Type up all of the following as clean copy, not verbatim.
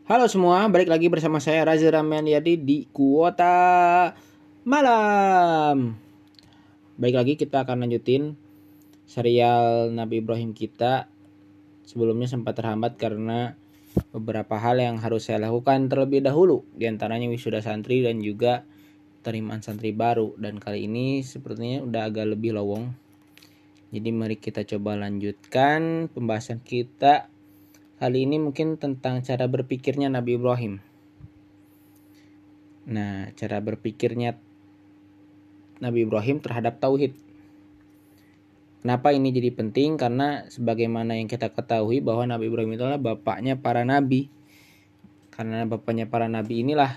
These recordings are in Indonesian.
Halo semua, balik lagi bersama saya Raza Ramyadi di Kuota Malam. Baik lagi kita akan lanjutin serial Nabi Ibrahim kita. Sebelumnya sempat terhambat karena beberapa hal yang harus saya lakukan terlebih dahulu, di antaranya wisuda santri dan juga penerimaan santri baru. Dan kali ini sepertinya udah agak lebih lowong. Jadi mari kita coba lanjutkan pembahasan kita. Kali ini mungkin tentang cara berpikirnya Nabi Ibrahim. Nah, cara berpikirnya Nabi Ibrahim terhadap tauhid. Kenapa ini jadi penting? Karena sebagaimana yang kita ketahui bahwa Nabi Ibrahim itu adalah bapaknya para nabi. Karena bapaknya para nabi inilah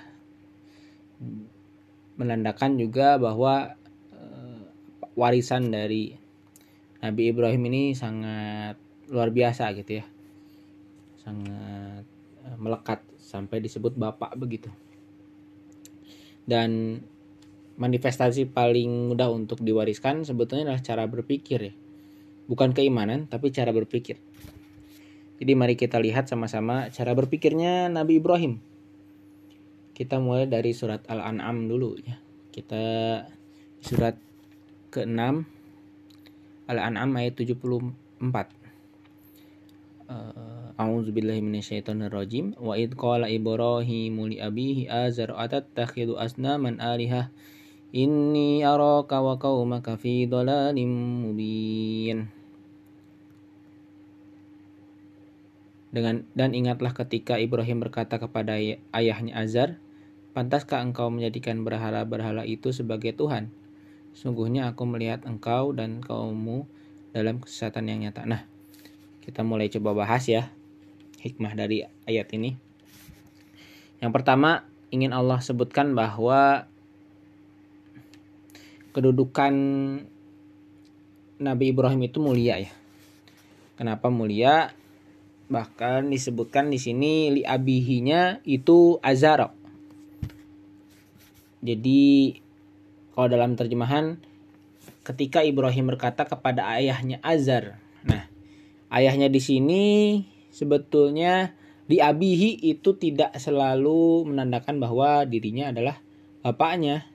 menandakan juga bahwa warisan dari Nabi Ibrahim ini sangat luar biasa gitu ya. Sangat melekat sampai disebut bapak begitu. Dan manifestasi paling mudah untuk diwariskan sebetulnya adalah cara berpikir ya. Bukan keimanan, tapi cara berpikir. Jadi mari kita lihat sama-sama cara berpikirnya Nabi Ibrahim. Kita mulai dari surat Al-An'am dulu ya. Kita surat ke-6 Al-An'am ayat 74. A'udzubillahi minasyaitonirrajim. Wa id qala Ibrahimu li abihi azar atattakhidhu asnaman alihah inni araka wa qaumaka fi dhalalim mubin. Dan ingatlah ketika Ibrahim berkata kepada ayahnya Azar, pantaskah engkau menjadikan berhala-berhala itu sebagai Tuhan? Sungguhnya aku melihat engkau dan kaummu dalam kesesatan yang nyata. Nah, kita mulai coba bahas ya hikmah dari ayat ini. Yang pertama, ingin Allah sebutkan bahwa kedudukan Nabi Ibrahim itu mulia ya. Kenapa mulia? Bahkan disebutkan di sini li abihinya itu Azar. Jadi kalau dalam terjemahan ketika Ibrahim berkata kepada ayahnya Azar. Nah, ayahnya di sini sebetulnya li abihi itu tidak selalu menandakan bahwa dirinya adalah bapaknya.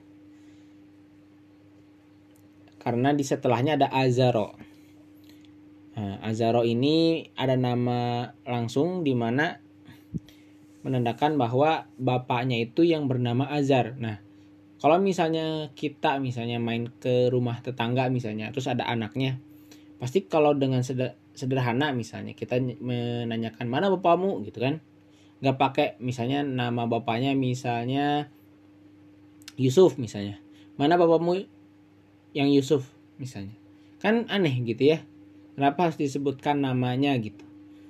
Karena di setelahnya ada Azaro. Nah, Azaro ini ada nama langsung di mana menandakan bahwa bapaknya itu yang bernama Azar. Nah, kalau misalnya kita main ke rumah tetangga misalnya, terus ada anaknya, pasti kalau dengan sederhana misalnya kita menanyakan mana bapakmu gitu kan, nggak pakai misalnya nama bapaknya misalnya Yusuf misalnya, mana bapakmu yang Yusuf misalnya, kan aneh gitu ya. Kenapa harus disebutkan namanya gitu?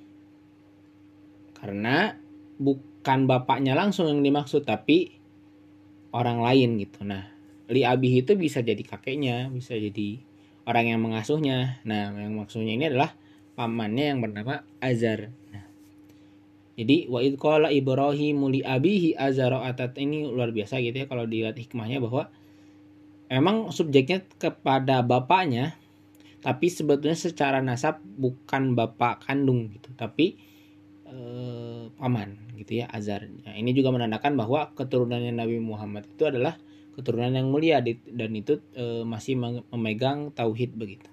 Karena bukan bapaknya langsung yang dimaksud, tapi orang lain gitu. Nah, li abih itu bisa jadi kakeknya, bisa jadi orang yang mengasuhnya. Nah, yang maksudnya ini adalah pamannya yang bernama Azar. Nah, jadi wa id qala Ibrahimu li abihi azara atat, ini luar biasa gitu ya kalau dilihat hikmahnya, bahwa memang subjeknya kepada bapaknya, tapi sebetulnya secara nasab bukan bapak kandung gitu, tapi paman gitu ya, Azar. Nah, ini juga menandakan bahwa keturunannya Nabi Muhammad itu adalah keturunan yang mulia dan itu masih memegang tauhid begitu.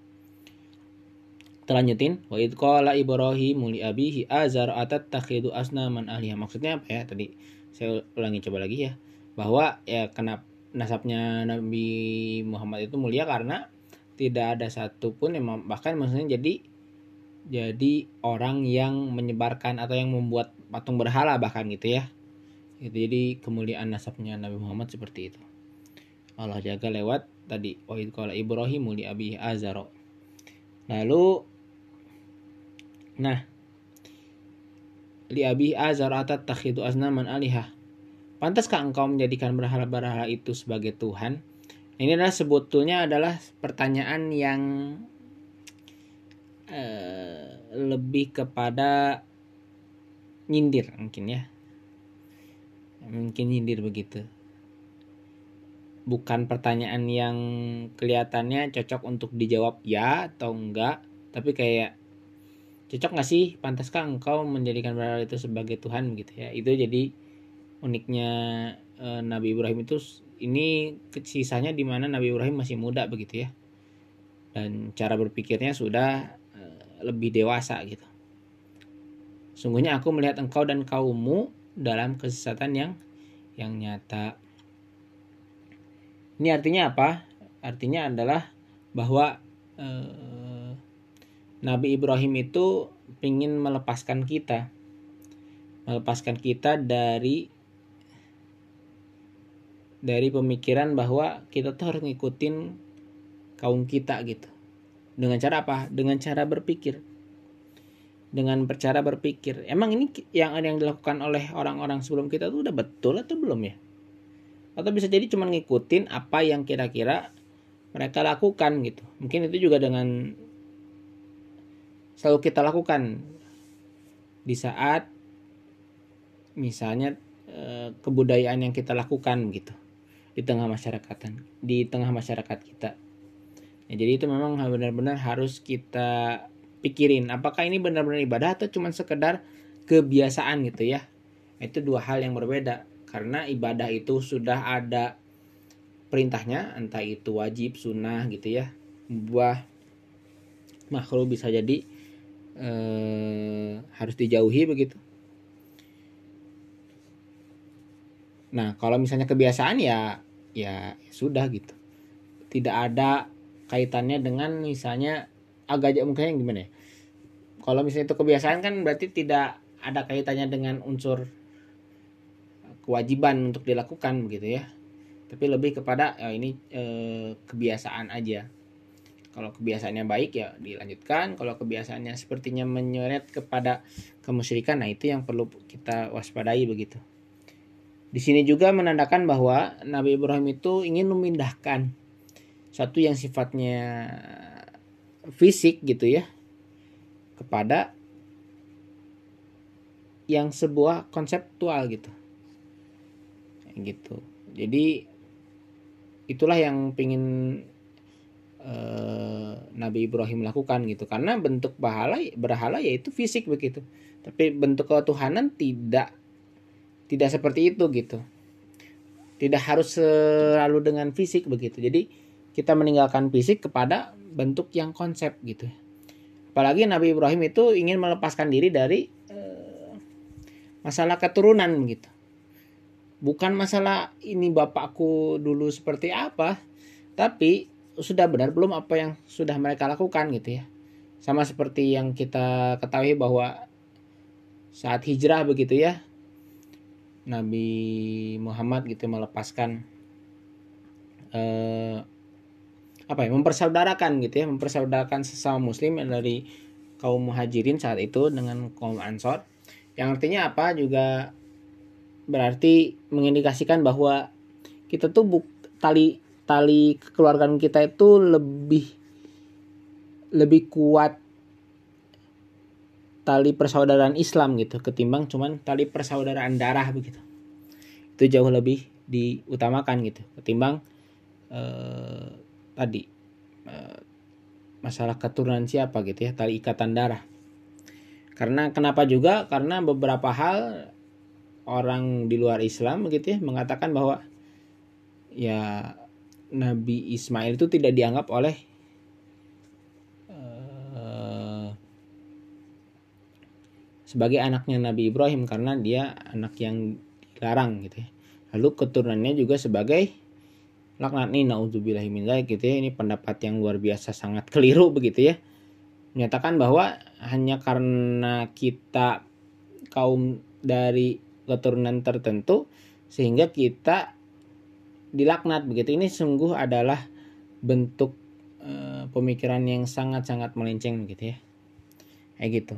Kita lanjutin. Wa id qala Ibrahim li abihi azar atattakhidhu asnaman alihah. Maksudnya apa ya tadi? Saya ulangi coba lagi ya. Bahwa ya kenapa nasabnya Nabi Muhammad itu mulia karena tidak ada satupun yang bahkan maksudnya jadi orang yang menyebarkan atau yang membuat patung berhala bahkan gitu ya. Jadi kemuliaan nasabnya Nabi Muhammad seperti itu. Allah jaga lewat tadi wa id qala Ibrahim li abihi azar. Lalu nah, li abihi azar atattakhidhu asnaman alihah. Pantaskah engkau menjadikan berhala-berhala itu sebagai Tuhan? Ini adalah sebetulnya adalah pertanyaan yang lebih kepada nyindir mungkin ya. Mungkin nyindir begitu. Bukan pertanyaan yang kelihatannya cocok untuk dijawab ya atau enggak, tapi kayak cocok nggak sih, pantaskah engkau menjadikan berhala itu sebagai Tuhan gitu ya. Itu jadi uniknya Nabi Ibrahim itu. Ini sisanya di mana Nabi Ibrahim masih muda begitu ya, dan cara berpikirnya sudah lebih dewasa gitu. Sungguhnya aku melihat engkau dan kaummu dalam kesesatan yang nyata. Ini artinya apa? Artinya adalah bahwa Nabi Ibrahim itu ingin melepaskan kita dari pemikiran bahwa kita tuh harus ngikutin kaum kita gitu. Dengan cara apa? Dengan cara berpikir. Emang ini yang dilakukan oleh orang-orang sebelum kita tuh udah betul atau belum ya? Atau bisa jadi cuma ngikutin apa yang kira-kira mereka lakukan gitu. Mungkin itu juga dengan selalu kita lakukan di saat misalnya kebudayaan yang kita lakukan gitu di tengah masyarakat kita. Ya, jadi itu memang benar-benar harus kita pikirin, apakah ini benar-benar ibadah atau cuma sekedar kebiasaan gitu ya. Itu dua hal yang berbeda, karena ibadah itu sudah ada perintahnya, entah itu wajib, sunnah gitu ya, mubah, makruh, bisa jadi harus dijauhi begitu. Nah, kalau misalnya kebiasaan ya sudah gitu. Tidak ada kaitannya dengan misalnya agak mungkin gimana ya? Kalau misalnya itu kebiasaan kan berarti tidak ada kaitannya dengan unsur kewajiban untuk dilakukan begitu ya. Tapi lebih kepada ini kebiasaan aja. Kalau kebiasaannya baik ya dilanjutkan. Kalau kebiasaannya sepertinya menyeret kepada kemusyrikan, nah itu yang perlu kita waspadai begitu. Di sini juga menandakan bahwa Nabi Ibrahim itu ingin memindahkan satu yang sifatnya fisik gitu ya, kepada yang sebuah konseptual gitu. Jadi itulah yang pingin Nabi Ibrahim lakukan gitu, karena bentuk berhala yaitu fisik begitu, tapi bentuk ketuhanan tidak seperti itu gitu, tidak harus selalu dengan fisik begitu. Jadi kita meninggalkan fisik kepada bentuk yang konsep gitu. Apalagi Nabi Ibrahim itu ingin melepaskan diri dari masalah keturunan gitu, bukan masalah ini bapakku dulu seperti apa, tapi sudah benar belum apa yang sudah mereka lakukan gitu ya. Sama seperti yang kita ketahui bahwa saat hijrah begitu ya, Nabi Muhammad gitu melepaskan mempersaudarakan sesama muslim dari kaum muhajirin saat itu dengan kaum ansor, yang artinya apa juga berarti mengindikasikan bahwa kita tuh tali kekeluargaan kita itu lebih kuat tali persaudaraan Islam gitu ketimbang cuman tali persaudaraan darah begitu. Itu jauh lebih diutamakan gitu ketimbang masalah keturunan siapa gitu ya, tali ikatan darah. Karena kenapa juga? Karena beberapa hal orang di luar Islam begitu ya mengatakan bahwa ya Nabi Ismail itu tidak dianggap oleh sebagai anaknya Nabi Ibrahim karena dia anak yang dilarang gitu ya. Lalu keturunannya juga sebagai laknat, ini naudzubillahi min dzalik gitu ya. Ini pendapat yang luar biasa sangat keliru begitu ya. Menyatakan bahwa hanya karena kita kaum dari keturunan tertentu sehingga kita dilaknat begitu. Ini sungguh adalah bentuk pemikiran yang sangat-sangat melenceng gitu ya. Kayak gitu.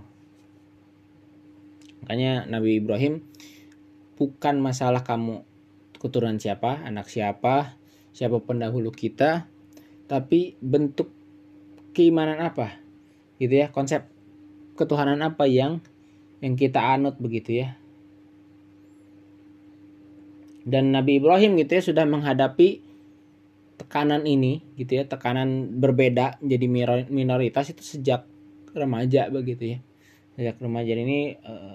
Makanya Nabi Ibrahim bukan masalah kamu keturunan siapa, anak siapa pendahulu kita, tapi bentuk keimanan apa gitu ya, konsep ketuhanan apa yang kita anut begitu ya. Dan Nabi Ibrahim gitu ya sudah menghadapi tekanan ini gitu ya, tekanan berbeda menjadi minoritas itu sejak remaja begitu ya. Sejak remaja ini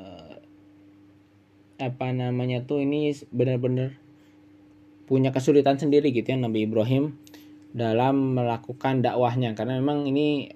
ini benar-benar punya kesulitan sendiri gitu ya Nabi Ibrahim dalam melakukan dakwahnya, karena memang ini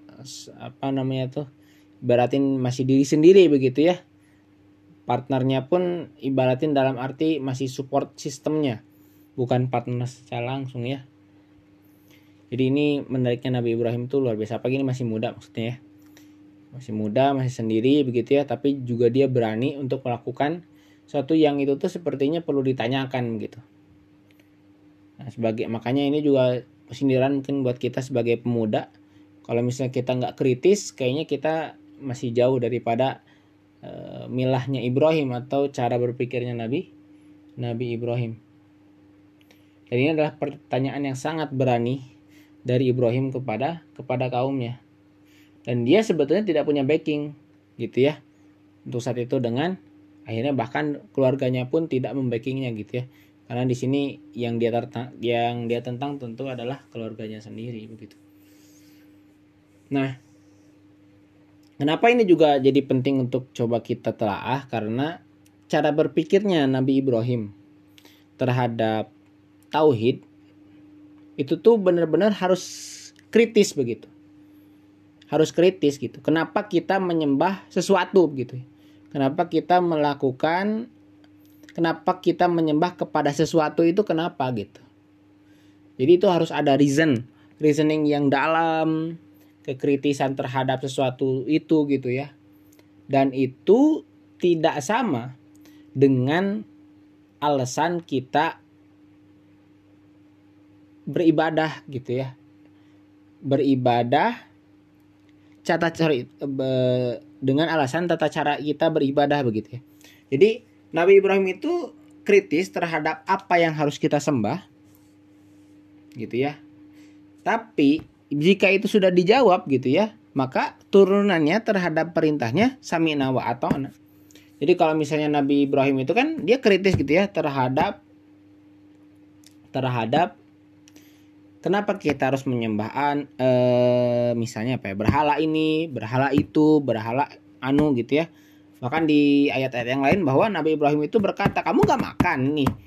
ibaratin masih diri sendiri begitu ya. Partnernya pun ibaratin dalam arti masih support sistemnya, bukan partner secara langsung ya. Jadi ini menariknya Nabi Ibrahim itu luar biasa. Apalagi ini masih muda maksudnya ya. Masih muda, masih sendiri begitu ya, tapi juga dia berani untuk melakukan sesuatu yang itu tuh sepertinya perlu ditanyakan gitu. Nah, makanya ini juga sindiran mungkin buat kita sebagai pemuda. Kalau misalnya kita nggak kritis, kayaknya kita masih jauh daripada milahnya Ibrahim atau cara berpikirnya Nabi Ibrahim. Dan ini adalah pertanyaan yang sangat berani dari Ibrahim kepada kaumnya. Dan dia sebetulnya tidak punya backing gitu ya. Untuk saat itu, dengan akhirnya bahkan keluarganya pun tidak membackingnya gitu ya. Karena di sini yang dia tentang tentu adalah keluarganya sendiri begitu. Nah, kenapa ini juga jadi penting untuk coba kita telaah? Karena cara berpikirnya Nabi Ibrahim terhadap tauhid itu tuh benar-benar harus kritis begitu. Harus kritis gitu. Kenapa kita menyembah sesuatu gitu? Kenapa kita menyembah kepada sesuatu itu, kenapa gitu? Jadi itu harus ada reasoning yang dalam, kekritisan terhadap sesuatu itu gitu ya. Dan itu tidak sama dengan alasan kita beribadah gitu ya. Beribadah dengan alasan tata cara kita beribadah begitu ya. Jadi Nabi Ibrahim itu kritis terhadap apa yang harus kita sembah gitu ya. Tapi jika itu sudah dijawab gitu ya, maka turunannya terhadap perintahnya sami'na wa ata'na. Jadi kalau misalnya Nabi Ibrahim itu kan dia kritis gitu ya terhadap kenapa kita harus menyembah misalnya berhala ini, berhala itu, berhala gitu ya. Bahkan di ayat-ayat yang lain bahwa Nabi Ibrahim itu berkata, kamu gak makan nih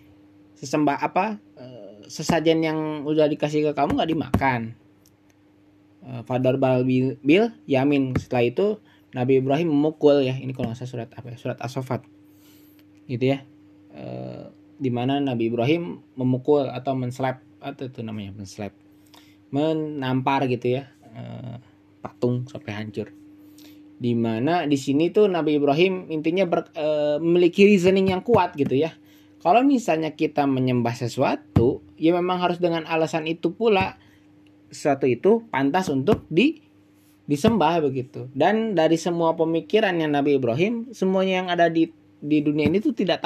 sesajen yang udah dikasih ke kamu gak dimakan. Fadar bil yamin. Setelah itu Nabi Ibrahim memukul ya. Ini kalau nggak salah surat As-Saffat gitu ya. Dimana Nabi Ibrahim memukul atau menslap, atau itu namanya menslap, menampar gitu ya patung sampai hancur. Dimana di sini tuh Nabi Ibrahim intinya memiliki reasoning yang kuat gitu ya. Kalau misalnya kita menyembah sesuatu, ya memang harus dengan alasan itu pula sesuatu itu pantas untuk disembah begitu. Dan dari semua pemikirannya Nabi Ibrahim, semuanya yang ada di dunia ini tuh tidak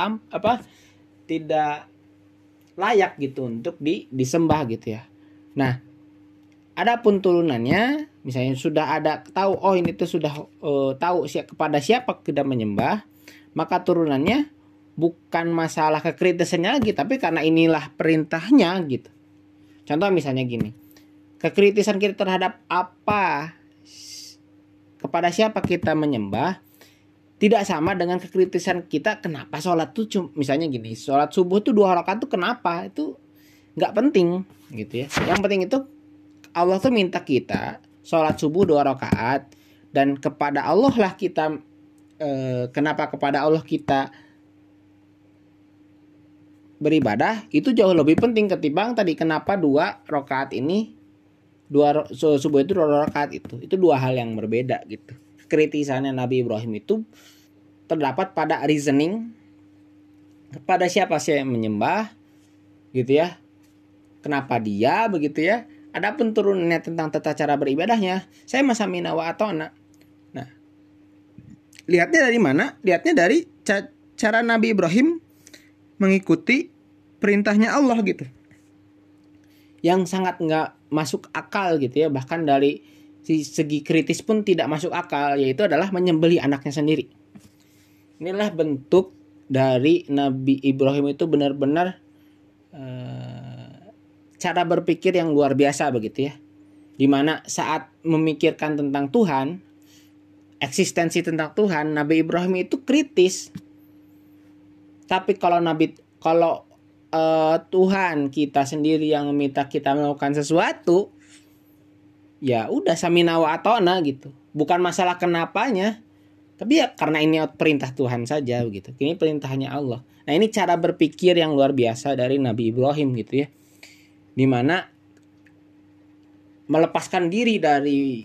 layak gitu untuk disembah gitu ya. Nah, adapun turunannya, misalnya sudah ada tahu, oh ini tuh sudah tahu kepada siapa kita menyembah, maka turunannya bukan masalah kekritisannya lagi, tapi karena inilah perintahnya gitu. Contoh misalnya gini, kekritisan kita terhadap kepada siapa kita menyembah tidak sama dengan kekritisan kita kenapa sholat tuh misalnya gini, sholat subuh tuh 2 rakaat tuh kenapa, itu nggak penting gitu ya. Yang penting itu Allah tuh minta kita sholat subuh 2 rakaat, dan kepada Allah lah kita kenapa kepada Allah kita beribadah itu jauh lebih penting ketimbang tadi kenapa 2 rakaat ini, subuh itu 2 rakaat, itu 2 hal yang berbeda gitu. Kritisannya Nabi Ibrahim itu terdapat pada reasoning kepada siapa saya menyembah gitu ya, kenapa dia begitu ya. Adapun turunannya tentang tata cara beribadahnya, saya masamina wa atona. Nah, lihatnya dari mana? Lihatnya dari cara Nabi Ibrahim mengikuti perintahnya Allah gitu, yang sangat nggak masuk akal gitu ya. Bahkan dari segi kritis pun tidak masuk akal, yaitu adalah menyembelih anaknya sendiri. Inilah bentuk dari Nabi Ibrahim itu benar-benar cara berpikir yang luar biasa begitu ya. Dimana saat memikirkan tentang Tuhan, eksistensi tentang Tuhan, Nabi Ibrahim itu kritis. Tapi kalau Tuhan kita sendiri yang meminta kita melakukan sesuatu, ya udah samina wa atona gitu. Bukan masalah kenapanya, tapi ya karena ini perintah Tuhan saja begitu. Ini perintahnya Allah. Nah, ini cara berpikir yang luar biasa dari Nabi Ibrahim gitu ya. Dimana melepaskan diri dari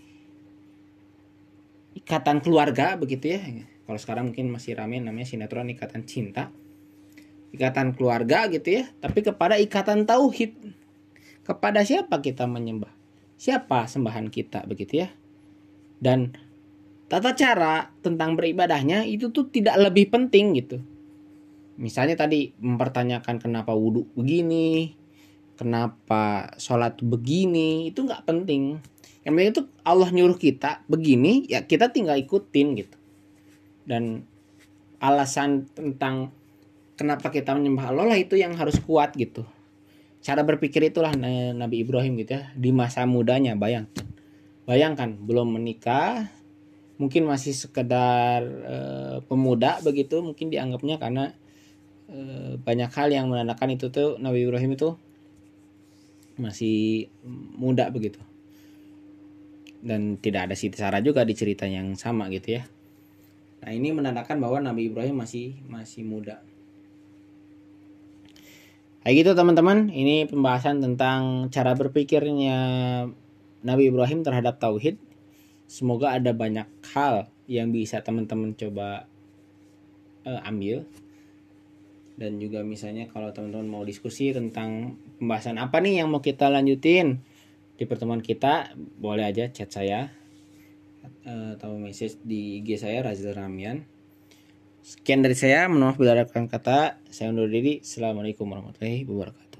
ikatan keluarga begitu ya. Kalau sekarang mungkin masih rame namanya sinetron ikatan cinta. Ikatan keluarga gitu ya, tapi kepada ikatan tauhid. Kepada siapa kita menyembah? Siapa sembahan kita begitu ya? Dan tata cara tentang beribadahnya itu tuh tidak lebih penting gitu. Misalnya tadi mempertanyakan kenapa wudhu begini, kenapa sholat begini, itu nggak penting. Yang penting itu Allah nyuruh kita begini, ya kita tinggal ikutin gitu. Dan alasan tentang kenapa kita menyembah Allah lah itu yang harus kuat gitu. Cara berpikir itulah Nabi Ibrahim gitu ya. Di masa mudanya bayangkan belum menikah, mungkin masih sekedar pemuda begitu, mungkin dianggapnya karena banyak hal yang menandakan itu tuh Nabi Ibrahim itu masih muda begitu. Dan tidak ada Siti Sarah juga di cerita yang sama gitu ya. Nah, ini menandakan bahwa Nabi Ibrahim masih muda. Kayak gitu teman-teman, ini pembahasan tentang cara berpikirnya Nabi Ibrahim terhadap tauhid. Semoga ada banyak hal yang bisa teman-teman coba ambil. Dan juga misalnya kalau teman-teman mau diskusi tentang pembahasan apa nih yang mau kita lanjutin di pertemuan kita, boleh aja chat saya atau message di IG saya Razil Ramian. Sekian dari saya, mohon maaf bila ada kurang kata. Saya undur diri. Assalamualaikum warahmatullahi wabarakatuh.